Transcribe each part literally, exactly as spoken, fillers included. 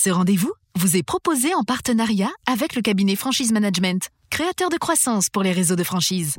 Ce rendez-vous vous est proposé en partenariat avec le cabinet Franchise Management, créateur de croissance pour les réseaux de franchise.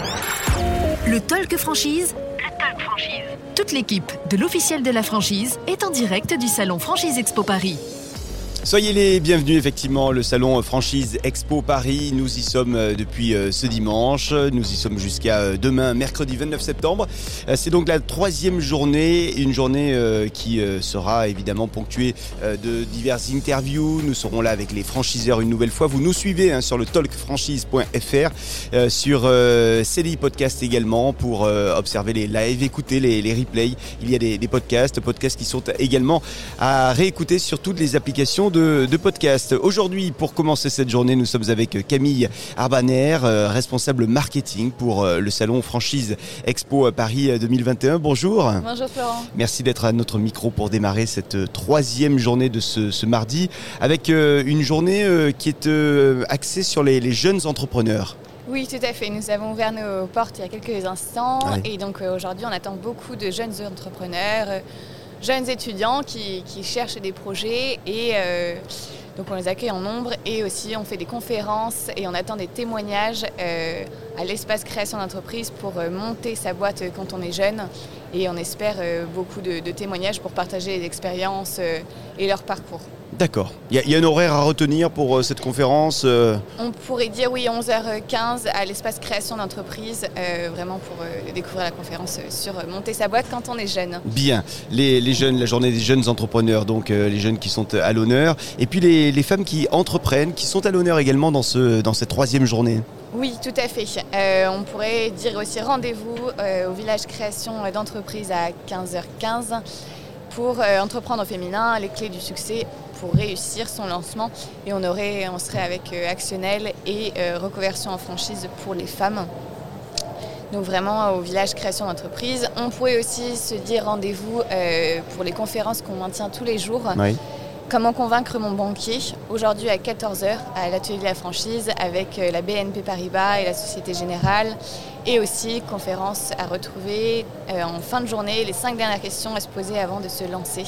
Le Talk Franchise. Le Talk Franchise. Toute l'équipe de l'officiel de la franchise est en direct du salon Franchise Expo Paris. Soyez les bienvenus, effectivement, le salon Franchise Expo Paris. Nous y sommes depuis ce dimanche. Nous y sommes jusqu'à demain, mercredi vingt-neuf septembre. C'est donc la troisième journée, une journée qui sera évidemment ponctuée de diverses interviews. Nous serons là avec les franchiseurs une nouvelle fois. Vous nous suivez hein, sur le talk franchise point f r, euh, sur euh, C D I Podcast également pour euh, observer les lives, écouter les, les replays. Il y a des, des podcasts, podcasts qui sont également à réécouter sur toutes les applications de De, de podcast. Aujourd'hui, pour commencer cette journée, nous sommes avec Camille Arbaner, euh, responsable marketing pour euh, le salon Franchise Expo Paris deux mille vingt et un. Bonjour. Bonjour Florent. Merci d'être à notre micro pour démarrer cette troisième journée de ce, ce mardi, avec euh, une journée euh, qui est euh, axée sur les, les jeunes entrepreneurs. Oui, tout à fait. Nous avons ouvert nos portes il y a quelques instants Ouais. et donc euh, aujourd'hui, on attend beaucoup de jeunes entrepreneurs, euh, jeunes étudiants qui, qui cherchent des projets et euh, donc on les accueille en nombre et aussi on fait des conférences et on attend des témoignages euh, à l'espace création d'entreprise pour euh, monter sa boîte quand on est jeune et on espère euh, beaucoup de, de témoignages pour partager les expériences euh, et leur parcours. D'accord. Il y, y a un horaire à retenir pour euh, cette conférence euh... On pourrait dire oui, onze heures quinze à l'espace création d'entreprise, euh, vraiment pour euh, découvrir la conférence sur euh, monter sa boîte quand on est jeune. Bien, les, les jeunes, la journée des jeunes entrepreneurs, donc euh, les jeunes qui sont à l'honneur, et puis les, les femmes qui entreprennent, qui sont à l'honneur également dans, ce, dans cette troisième journée. Oui, tout à fait. Euh, on pourrait dire aussi rendez-vous euh, au village création d'entreprise à quinze heures quinze pour euh, entreprendre au féminin, les clés du succès pour réussir son lancement. Et on, aurait, on serait avec euh, Actionnel et euh, reconversion en franchise pour les femmes. Donc vraiment au village création d'entreprise. On pourrait aussi se dire rendez-vous euh, pour les conférences qu'on maintient tous les jours. Oui. Comment convaincre mon banquier, aujourd'hui à quatorze heures à l'atelier de la franchise avec la B N P Paribas et la Société Générale. Et aussi conférence à retrouver euh, en fin de journée, les cinq dernières questions à se poser avant de se lancer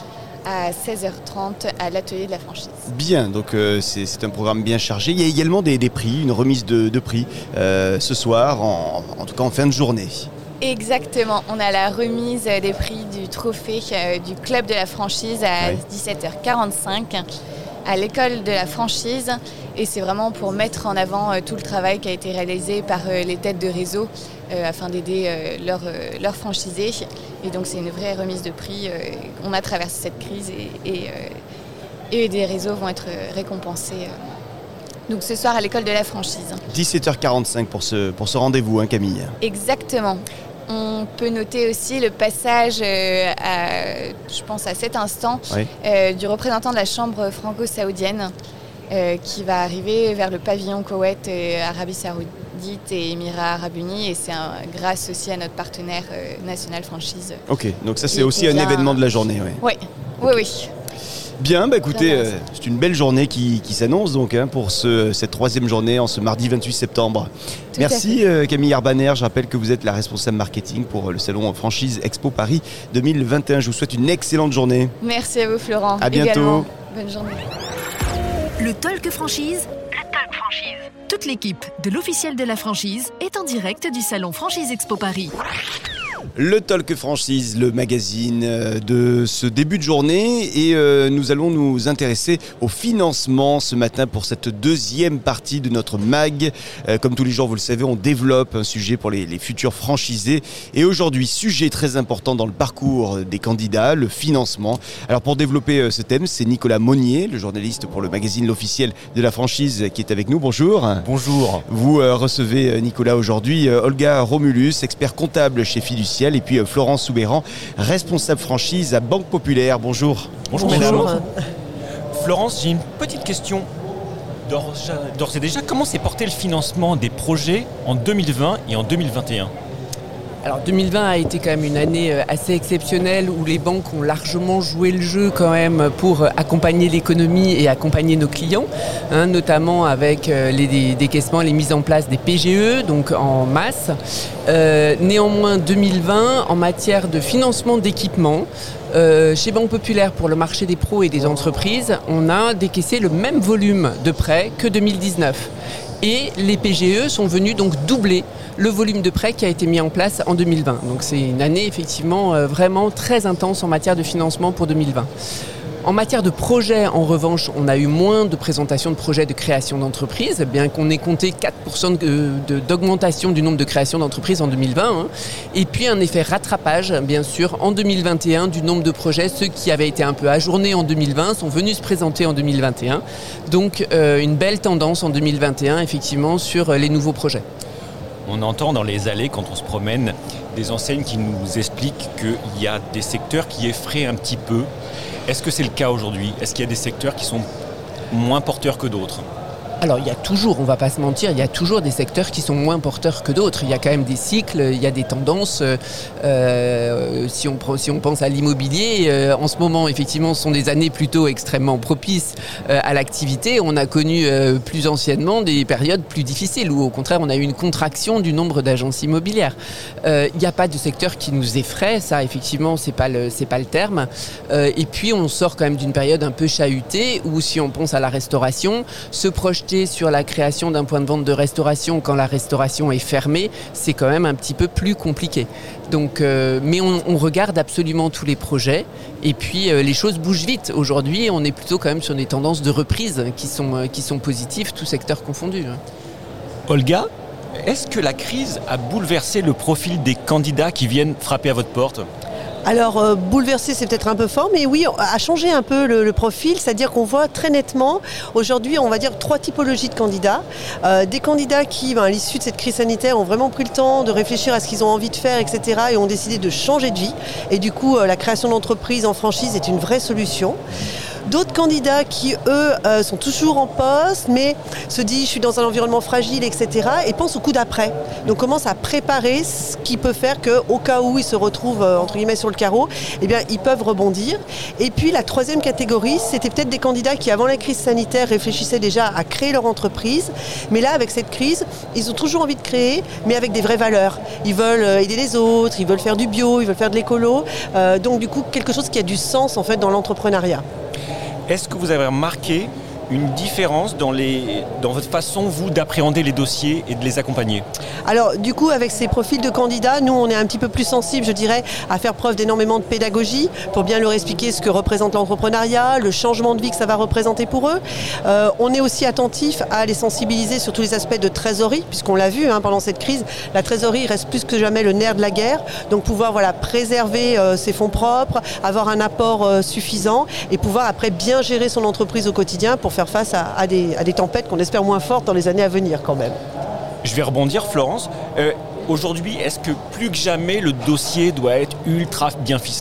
à seize heures trente à l'atelier de la franchise. Bien, donc euh, c'est, c'est un programme bien chargé. Il y a également des, des prix, une remise de, de prix euh, ce soir, en, en tout cas en fin de journée. Exactement, on a la remise des prix du trophée euh, du club de la franchise à ouais. dix-sept heures quarante-cinq à l'école de la franchise et c'est vraiment pour mettre en avant euh, tout le travail qui a été réalisé par euh, les têtes de réseau euh, afin d'aider euh, leurs euh, leur franchisés et donc c'est une vraie remise de prix. Euh, on a traversé cette crise et, et, euh, et des réseaux vont être récompensés. Euh. Donc ce soir à l'école de la franchise. dix-sept heures quarante-cinq pour ce, pour ce rendez-vous, hein, Camille. Exactement. On peut noter aussi le passage, euh, à, je pense à cet instant, oui. euh, du représentant de la Chambre franco-saoudienne euh, qui va arriver vers le pavillon Koweït, et Arabie Saoudite et Émirats Arabes Unis. Et c'est un, grâce aussi à notre partenaire euh, national franchise. Ok, donc ça c'est aussi un vient... événement de la journée. Oui, oui, okay. oui. oui. Bien, bah écoutez, euh, c'est une belle journée qui, qui s'annonce donc hein, pour ce, cette troisième journée en ce mardi vingt-huit septembre. Tout Merci euh, Camille Arbaner, je rappelle que vous êtes la responsable marketing pour le salon Franchise Expo Paris deux mille vingt et un. Je vous souhaite une excellente journée. Merci à vous Florent. À bientôt. Également. Bonne journée. Le Talk Franchise. Le Talk Franchise. Toute l'équipe de l'officiel de la franchise est en direct du salon Franchise Expo Paris. Le Talk Franchise, le magazine de ce début de journée et euh, nous allons nous intéresser au financement ce matin pour cette deuxième partie de notre mag. Euh, comme tous les jours, vous le savez, on développe un sujet pour les, les futurs franchisés et aujourd'hui, sujet très important dans le parcours des candidats, le financement. Alors pour développer euh, ce thème, c'est Nicolas Monnier, le journaliste pour le magazine L'Officiel de la franchise qui est avec nous. Bonjour. Bonjour. Vous euh, recevez Nicolas aujourd'hui, euh, Olga Romulus, expert comptable chez Fiducial et puis euh, Florence Soubéran, responsable franchise à Banque Populaire. Bonjour. Bonjour, Bonjour. mesdames. Florence, j'ai une petite question. D'ores, d'ores et déjà, comment s'est porté le financement des projets en deux mille vingt et en deux mille vingt et un ? Alors deux mille vingt a été quand même une année assez exceptionnelle où les banques ont largement joué le jeu quand même pour accompagner l'économie et accompagner nos clients, hein, notamment avec les décaissements, les mises en place des P G E, donc en masse. Euh, néanmoins, deux mille vingt, en matière de financement d'équipements, Euh, chez Banque Populaire, pour le marché des pros et des entreprises, on a décaissé le même volume de prêts que deux mille dix-neuf. Et les P G E sont venus donc doubler le volume de prêts qui a été mis en place en deux mille vingt. Donc c'est une année effectivement euh, vraiment très intense en matière de financement pour deux mille vingt. En matière de projets, en revanche, on a eu moins de présentations de projets de création d'entreprises, bien qu'on ait compté quatre pour cent de, de, d'augmentation du nombre de créations d'entreprises en deux mille vingt. Hein. Et puis un effet rattrapage, bien sûr, en deux mille vingt et un du nombre de projets. Ceux qui avaient été un peu ajournés en deux mille vingt sont venus se présenter en deux mille vingt et un. Donc euh, une belle tendance en deux mille vingt et un, effectivement, sur les nouveaux projets. On entend dans les allées, quand on se promène, des enseignes qui nous expliquent qu'il y a des secteurs qui effraient un petit peu. Est-ce que c'est le cas aujourd'hui ? Est-ce qu'il y a des secteurs qui sont moins porteurs que d'autres ? Alors il y a toujours, on ne va pas se mentir, il y a toujours des secteurs qui sont moins porteurs que d'autres. Il y a quand même des cycles, il y a des tendances. Euh, si, on, si on pense à l'immobilier, euh, en ce moment, effectivement, ce sont des années plutôt extrêmement propices euh, à l'activité. On a connu euh, plus anciennement des périodes plus difficiles où, au contraire, on a eu une contraction du nombre d'agences immobilières. Euh, il n'y a pas de secteur qui nous effraie, ça, effectivement, ce n'est pas, pas le terme. Euh, et puis, on sort quand même d'une période un peu chahutée où, si on pense à la restauration, se projeter sur la création d'un point de vente de restauration quand la restauration est fermée, c'est quand même un petit peu plus compliqué. Donc, euh, mais on, on regarde absolument tous les projets et puis euh, les choses bougent vite. Aujourd'hui, on est plutôt quand même sur des tendances de reprise qui sont, euh, qui sont positives, tous secteurs confondus. Olga, est-ce que la crise a bouleversé le profil des candidats qui viennent frapper à votre porte ? Alors, euh, bouleverser, c'est peut-être un peu fort, mais oui, a changé un peu le, le profil, c'est-à-dire qu'on voit très nettement, aujourd'hui, on va dire trois typologies de candidats. Euh, des candidats qui, ben, à l'issue de cette crise sanitaire, ont vraiment pris le temps de réfléchir à ce qu'ils ont envie de faire, et cetera, et ont décidé de changer de vie. Et du coup, euh, la création d'entreprises en franchise est une vraie solution. D'autres candidats qui, eux, euh, sont toujours en poste, mais se disent je suis dans un environnement fragile, et cetera, et pensent au coup d'après. Donc commencent à préparer ce qui peut faire qu'au cas où ils se retrouvent, euh, entre guillemets, sur le carreau, eh bien, ils peuvent rebondir. Et puis la troisième catégorie, c'était peut-être des candidats qui, avant la crise sanitaire, réfléchissaient déjà à créer leur entreprise. Mais là, avec cette crise, ils ont toujours envie de créer, mais avec des vraies valeurs. Ils veulent aider les autres, ils veulent faire du bio, ils veulent faire de l'écolo. Euh, donc du coup, quelque chose qui a du sens, en fait, dans l'entrepreneuriat. Est-ce que vous avez remarqué une différence dans, les, dans votre façon, vous, d'appréhender les dossiers et de les accompagner ? Alors, du coup, avec ces profils de candidats, nous, on est un petit peu plus sensibles, je dirais, à faire preuve d'énormément de pédagogie pour bien leur expliquer ce que représente l'entrepreneuriat, le changement de vie que ça va représenter pour eux. Euh, on est aussi attentif à les sensibiliser sur tous les aspects de trésorerie, puisqu'on l'a vu hein, pendant cette crise, la trésorerie reste plus que jamais le nerf de la guerre. Donc, pouvoir voilà, préserver euh, ses fonds propres, avoir un apport euh, suffisant et pouvoir après bien gérer son entreprise au quotidien pour faire face à, à, des, à des tempêtes qu'on espère moins fortes dans les années à venir quand même. Je vais rebondir, Florence. Euh, aujourd'hui, est-ce que plus que jamais le dossier doit être ultra bien ficelé ?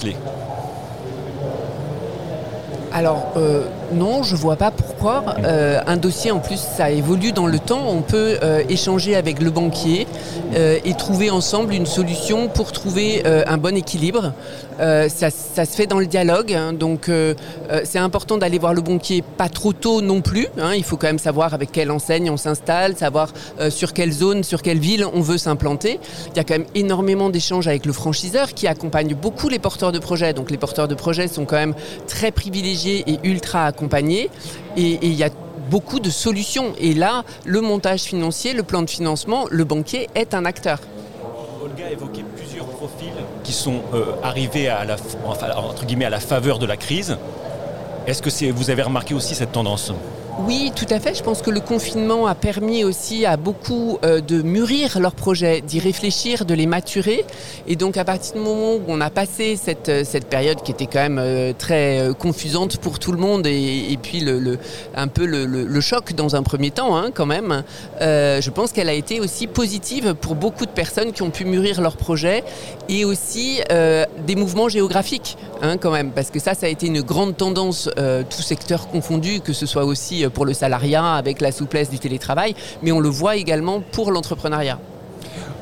Alors euh, non, je ne vois pas pourquoi. Euh, un dossier, en plus, ça évolue dans le temps. On peut euh, échanger avec le banquier euh, et trouver ensemble une solution pour trouver euh, un bon équilibre. Euh, ça, ça se fait dans le dialogue, hein, donc euh, euh, c'est important d'aller voir le banquier pas trop tôt non plus. Hein, il faut quand même savoir avec quelle enseigne on s'installe, savoir euh, sur quelle zone, sur quelle ville on veut s'implanter. Il y a quand même énormément d'échanges avec le franchiseur qui accompagne beaucoup les porteurs de projets. Donc les porteurs de projets sont quand même très privilégiés et ultra accompagnés. Et, et il y a beaucoup de solutions. Et là, le montage financier, le plan de financement, le banquier est un acteur. Olga a évoqué plusieurs profils qui sont euh, arrivés à la, enfin, entre guillemets, à la faveur de la crise. Est-ce que c'est, vous avez remarqué aussi cette tendance ? Oui, tout à fait. Je pense que le confinement a permis aussi à beaucoup euh, de mûrir leurs projets, d'y réfléchir, de les maturer. Et donc, à partir du moment où on a passé cette, cette période qui était quand même euh, très euh, confusante pour tout le monde et, et puis le, le, un peu le, le, le choc dans un premier temps, hein, quand même, euh, je pense qu'elle a été aussi positive pour beaucoup de personnes qui ont pu mûrir leurs projets et aussi euh, des mouvements géographiques, hein, quand même. Parce que ça, ça a été une grande tendance, euh, tout secteur confondu, que ce soit aussi pour le salariat avec la souplesse du télétravail, mais on le voit également pour l'entrepreneuriat.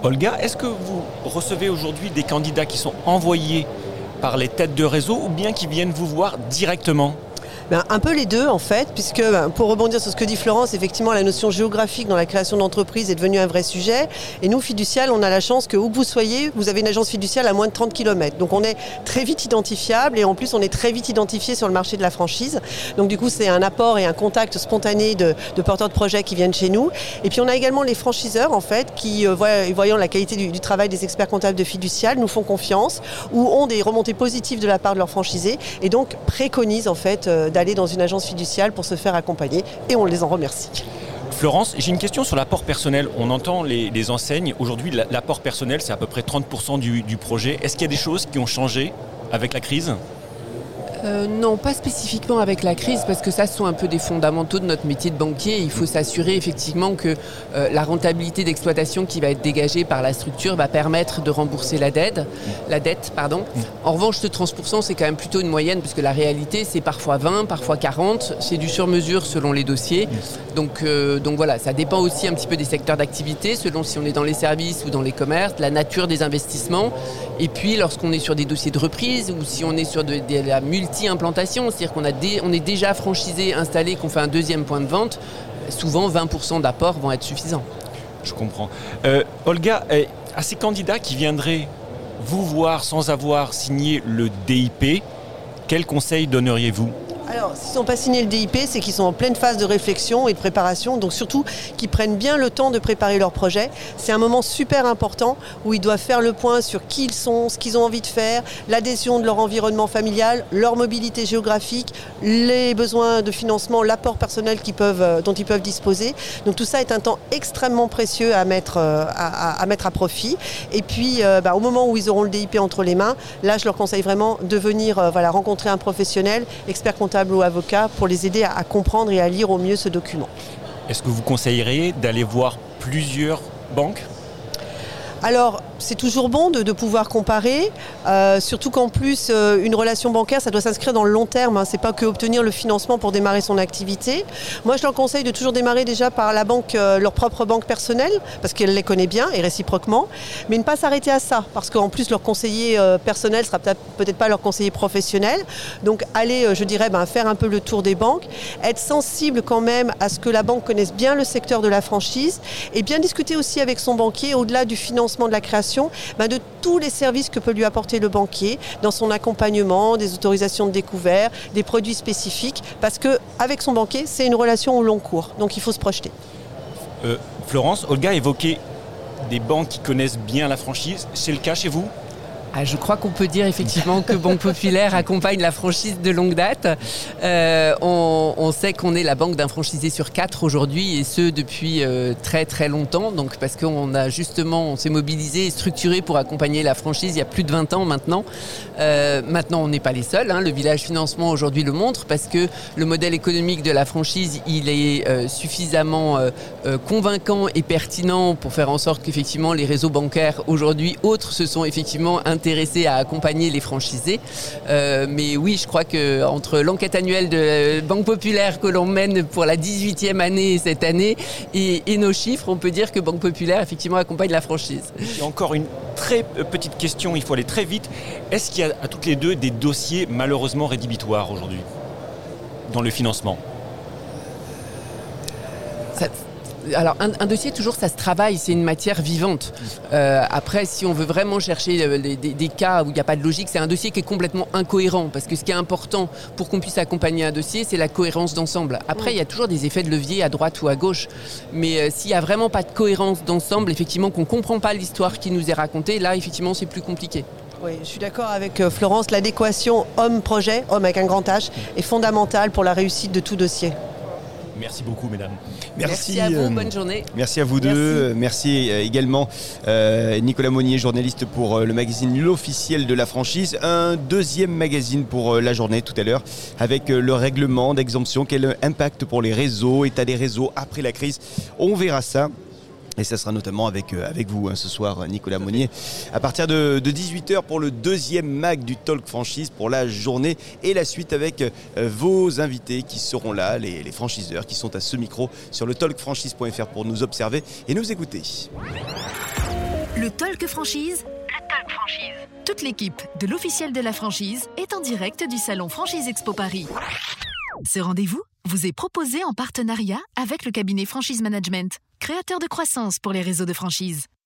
Olga, est-ce que vous recevez aujourd'hui des candidats qui sont envoyés par les têtes de réseau ou bien qui viennent vous voir directement ? Ben, un peu les deux en fait, puisque ben, pour rebondir sur ce que dit Florence, effectivement la notion géographique dans la création d'entreprise est devenue un vrai sujet. Et nous, Fiducial, on a la chance que où que vous soyez, vous avez une agence fiduciale à moins de trente kilomètres. Donc on est très vite identifiable et en plus on est très vite identifié sur le marché de la franchise. Donc du coup c'est un apport et un contact spontané de, de porteurs de projets qui viennent chez nous. Et puis on a également les franchiseurs en fait qui, euh, voyant la qualité du, du travail des experts comptables de Fiducial, nous font confiance ou ont des remontées positives de la part de leurs franchisés et donc préconisent en fait euh, d'aller dans une agence fiduciale pour se faire accompagner et on les en remercie. Florence, j'ai une question sur l'apport personnel. On entend les, les enseignes. Aujourd'hui, l'apport personnel, c'est à peu près trente pour cent du, du projet. Est-ce qu'il y a des choses qui ont changé avec la crise ? Euh, non, pas spécifiquement avec la crise, parce que ça, ce sont un peu des fondamentaux de notre métier de banquier. Il faut s'assurer effectivement que euh, la rentabilité d'exploitation qui va être dégagée par la structure va permettre de rembourser la dette. La dette pardon. En revanche, ce trente pour cent, c'est quand même plutôt une moyenne, parce que la réalité, c'est parfois vingt, parfois quarante. C'est du sur-mesure selon les dossiers. Donc, euh, donc voilà, ça dépend aussi un petit peu des secteurs d'activité, selon si on est dans les services ou dans les commerces, la nature des investissements. Et puis, lorsqu'on est sur des dossiers de reprise ou si on est sur de, de la multi-implantation, c'est-à-dire qu'on a dé, on est déjà franchisé, installé, qu'on fait un deuxième point de vente, souvent vingt pour cent d'apports vont être suffisants. Je comprends. Euh, Olga, euh, à ces candidats qui viendraient vous voir sans avoir signé le D I P, quels conseils donneriez-vous ? Alors, s'ils n'ont pas signé le D I P, c'est qu'ils sont en pleine phase de réflexion et de préparation. Donc surtout, qu'ils prennent bien le temps de préparer leur projet. C'est un moment super important où ils doivent faire le point sur qui ils sont, ce qu'ils ont envie de faire, l'adhésion de leur environnement familial, leur mobilité géographique, les besoins de financement, l'apport personnel qu'ils peuvent, dont ils peuvent disposer. Donc tout ça est un temps extrêmement précieux à mettre à, à, à, mettre à profit. Et puis, euh, bah, au moment où ils auront le D I P entre les mains, là, je leur conseille vraiment de venir euh, voilà, rencontrer un professionnel, expert comptable ou avocat, pour les aider à, à comprendre et à lire au mieux ce document. Est-ce que vous conseilleriez d'aller voir plusieurs banques ? Alors, c'est toujours bon de, de pouvoir comparer, euh, surtout qu'en plus, euh, une relation bancaire, ça doit s'inscrire dans le long terme. Hein. C'est pas que obtenir le financement pour démarrer son activité. Moi, je leur conseille de toujours démarrer déjà par la banque, euh, leur propre banque personnelle, parce qu'elle les connaît bien et réciproquement, mais ne pas s'arrêter à ça, parce qu'en plus, leur conseiller euh, personnel sera peut-être, peut-être pas leur conseiller professionnel. Donc, aller, euh, je dirais, ben, faire un peu le tour des banques, être sensible quand même à ce que la banque connaisse bien le secteur de la franchise, et bien discuter aussi avec son banquier, au-delà du financement de la création, ben de tous les services que peut lui apporter le banquier dans son accompagnement, des autorisations de découvert, des produits spécifiques, parce qu'avec son banquier, c'est une relation au long cours, donc il faut se projeter. Euh, Florence, Olga a évoqué des banques qui connaissent bien la franchise, c'est le cas chez vous ? Ah, je crois qu'on peut dire effectivement que Banque Populaire accompagne la franchise de longue date. Euh, on, on sait qu'on est la banque d'un franchisé sur quatre aujourd'hui, et ce depuis euh, très très longtemps. Donc parce qu'on a justement, on s'est mobilisé et structuré pour accompagner la franchise il y a plus de vingt ans maintenant. Euh, maintenant, on n'est pas les seuls. Hein. Le village financement aujourd'hui le montre, parce que le modèle économique de la franchise, il est euh, suffisamment euh, euh, convaincant et pertinent pour faire en sorte qu'effectivement les réseaux bancaires aujourd'hui autres se sont effectivement intéressés à accompagner les franchisés. Euh, mais oui, je crois qu'entre l'enquête annuelle de Banque Populaire que l'on mène pour la dix-huitième année cette année et, et nos chiffres, on peut dire que Banque Populaire effectivement accompagne la franchise. Il y a encore une très petite question, il faut aller très vite. Est-ce qu'il y a à toutes les deux des dossiers malheureusement rédhibitoires aujourd'hui dans le financement ? Ça... Alors un, un dossier, toujours, ça se travaille, c'est une matière vivante. Euh, après, si on veut vraiment chercher euh, des, des, des cas où il n'y a pas de logique, c'est un dossier qui est complètement incohérent, parce que ce qui est important pour qu'on puisse accompagner un dossier, c'est la cohérence d'ensemble. Après, il y a toujours des effets de levier à droite ou à gauche, mais euh, s'il n'y a vraiment pas de cohérence d'ensemble, effectivement, qu'on ne comprend pas l'histoire qui nous est racontée, là, effectivement, c'est plus compliqué. Oui, je suis d'accord avec Florence, l'adéquation homme-projet, homme avec un grand H, est fondamentale pour la réussite de tout dossier. Merci beaucoup, mesdames. Merci, merci à vous, bonne journée. Merci à vous deux. Merci, merci également euh, Nicolas Monnier, journaliste pour euh, le magazine L'Officiel de la franchise. Un deuxième magazine pour euh, la journée tout à l'heure avec euh, le règlement d'exemption. Quel impact pour les réseaux, état des réseaux après la crise. On verra ça. Et ça sera notamment avec, euh, avec vous hein, ce soir, Nicolas Monnier, à partir de, de dix-huit heures pour le deuxième mag du Talk Franchise pour la journée et la suite avec euh, vos invités qui seront là, les, les franchiseurs qui sont à ce micro sur le talk franchise point f r pour nous observer et nous écouter. Le Talk Franchise. Le Talk Franchise. Toute l'équipe de l'officiel de la franchise est en direct du salon Franchise Expo Paris. Ce rendez-vous vous est proposé en partenariat avec le cabinet Franchise Management, créateur de croissance pour les réseaux de franchise.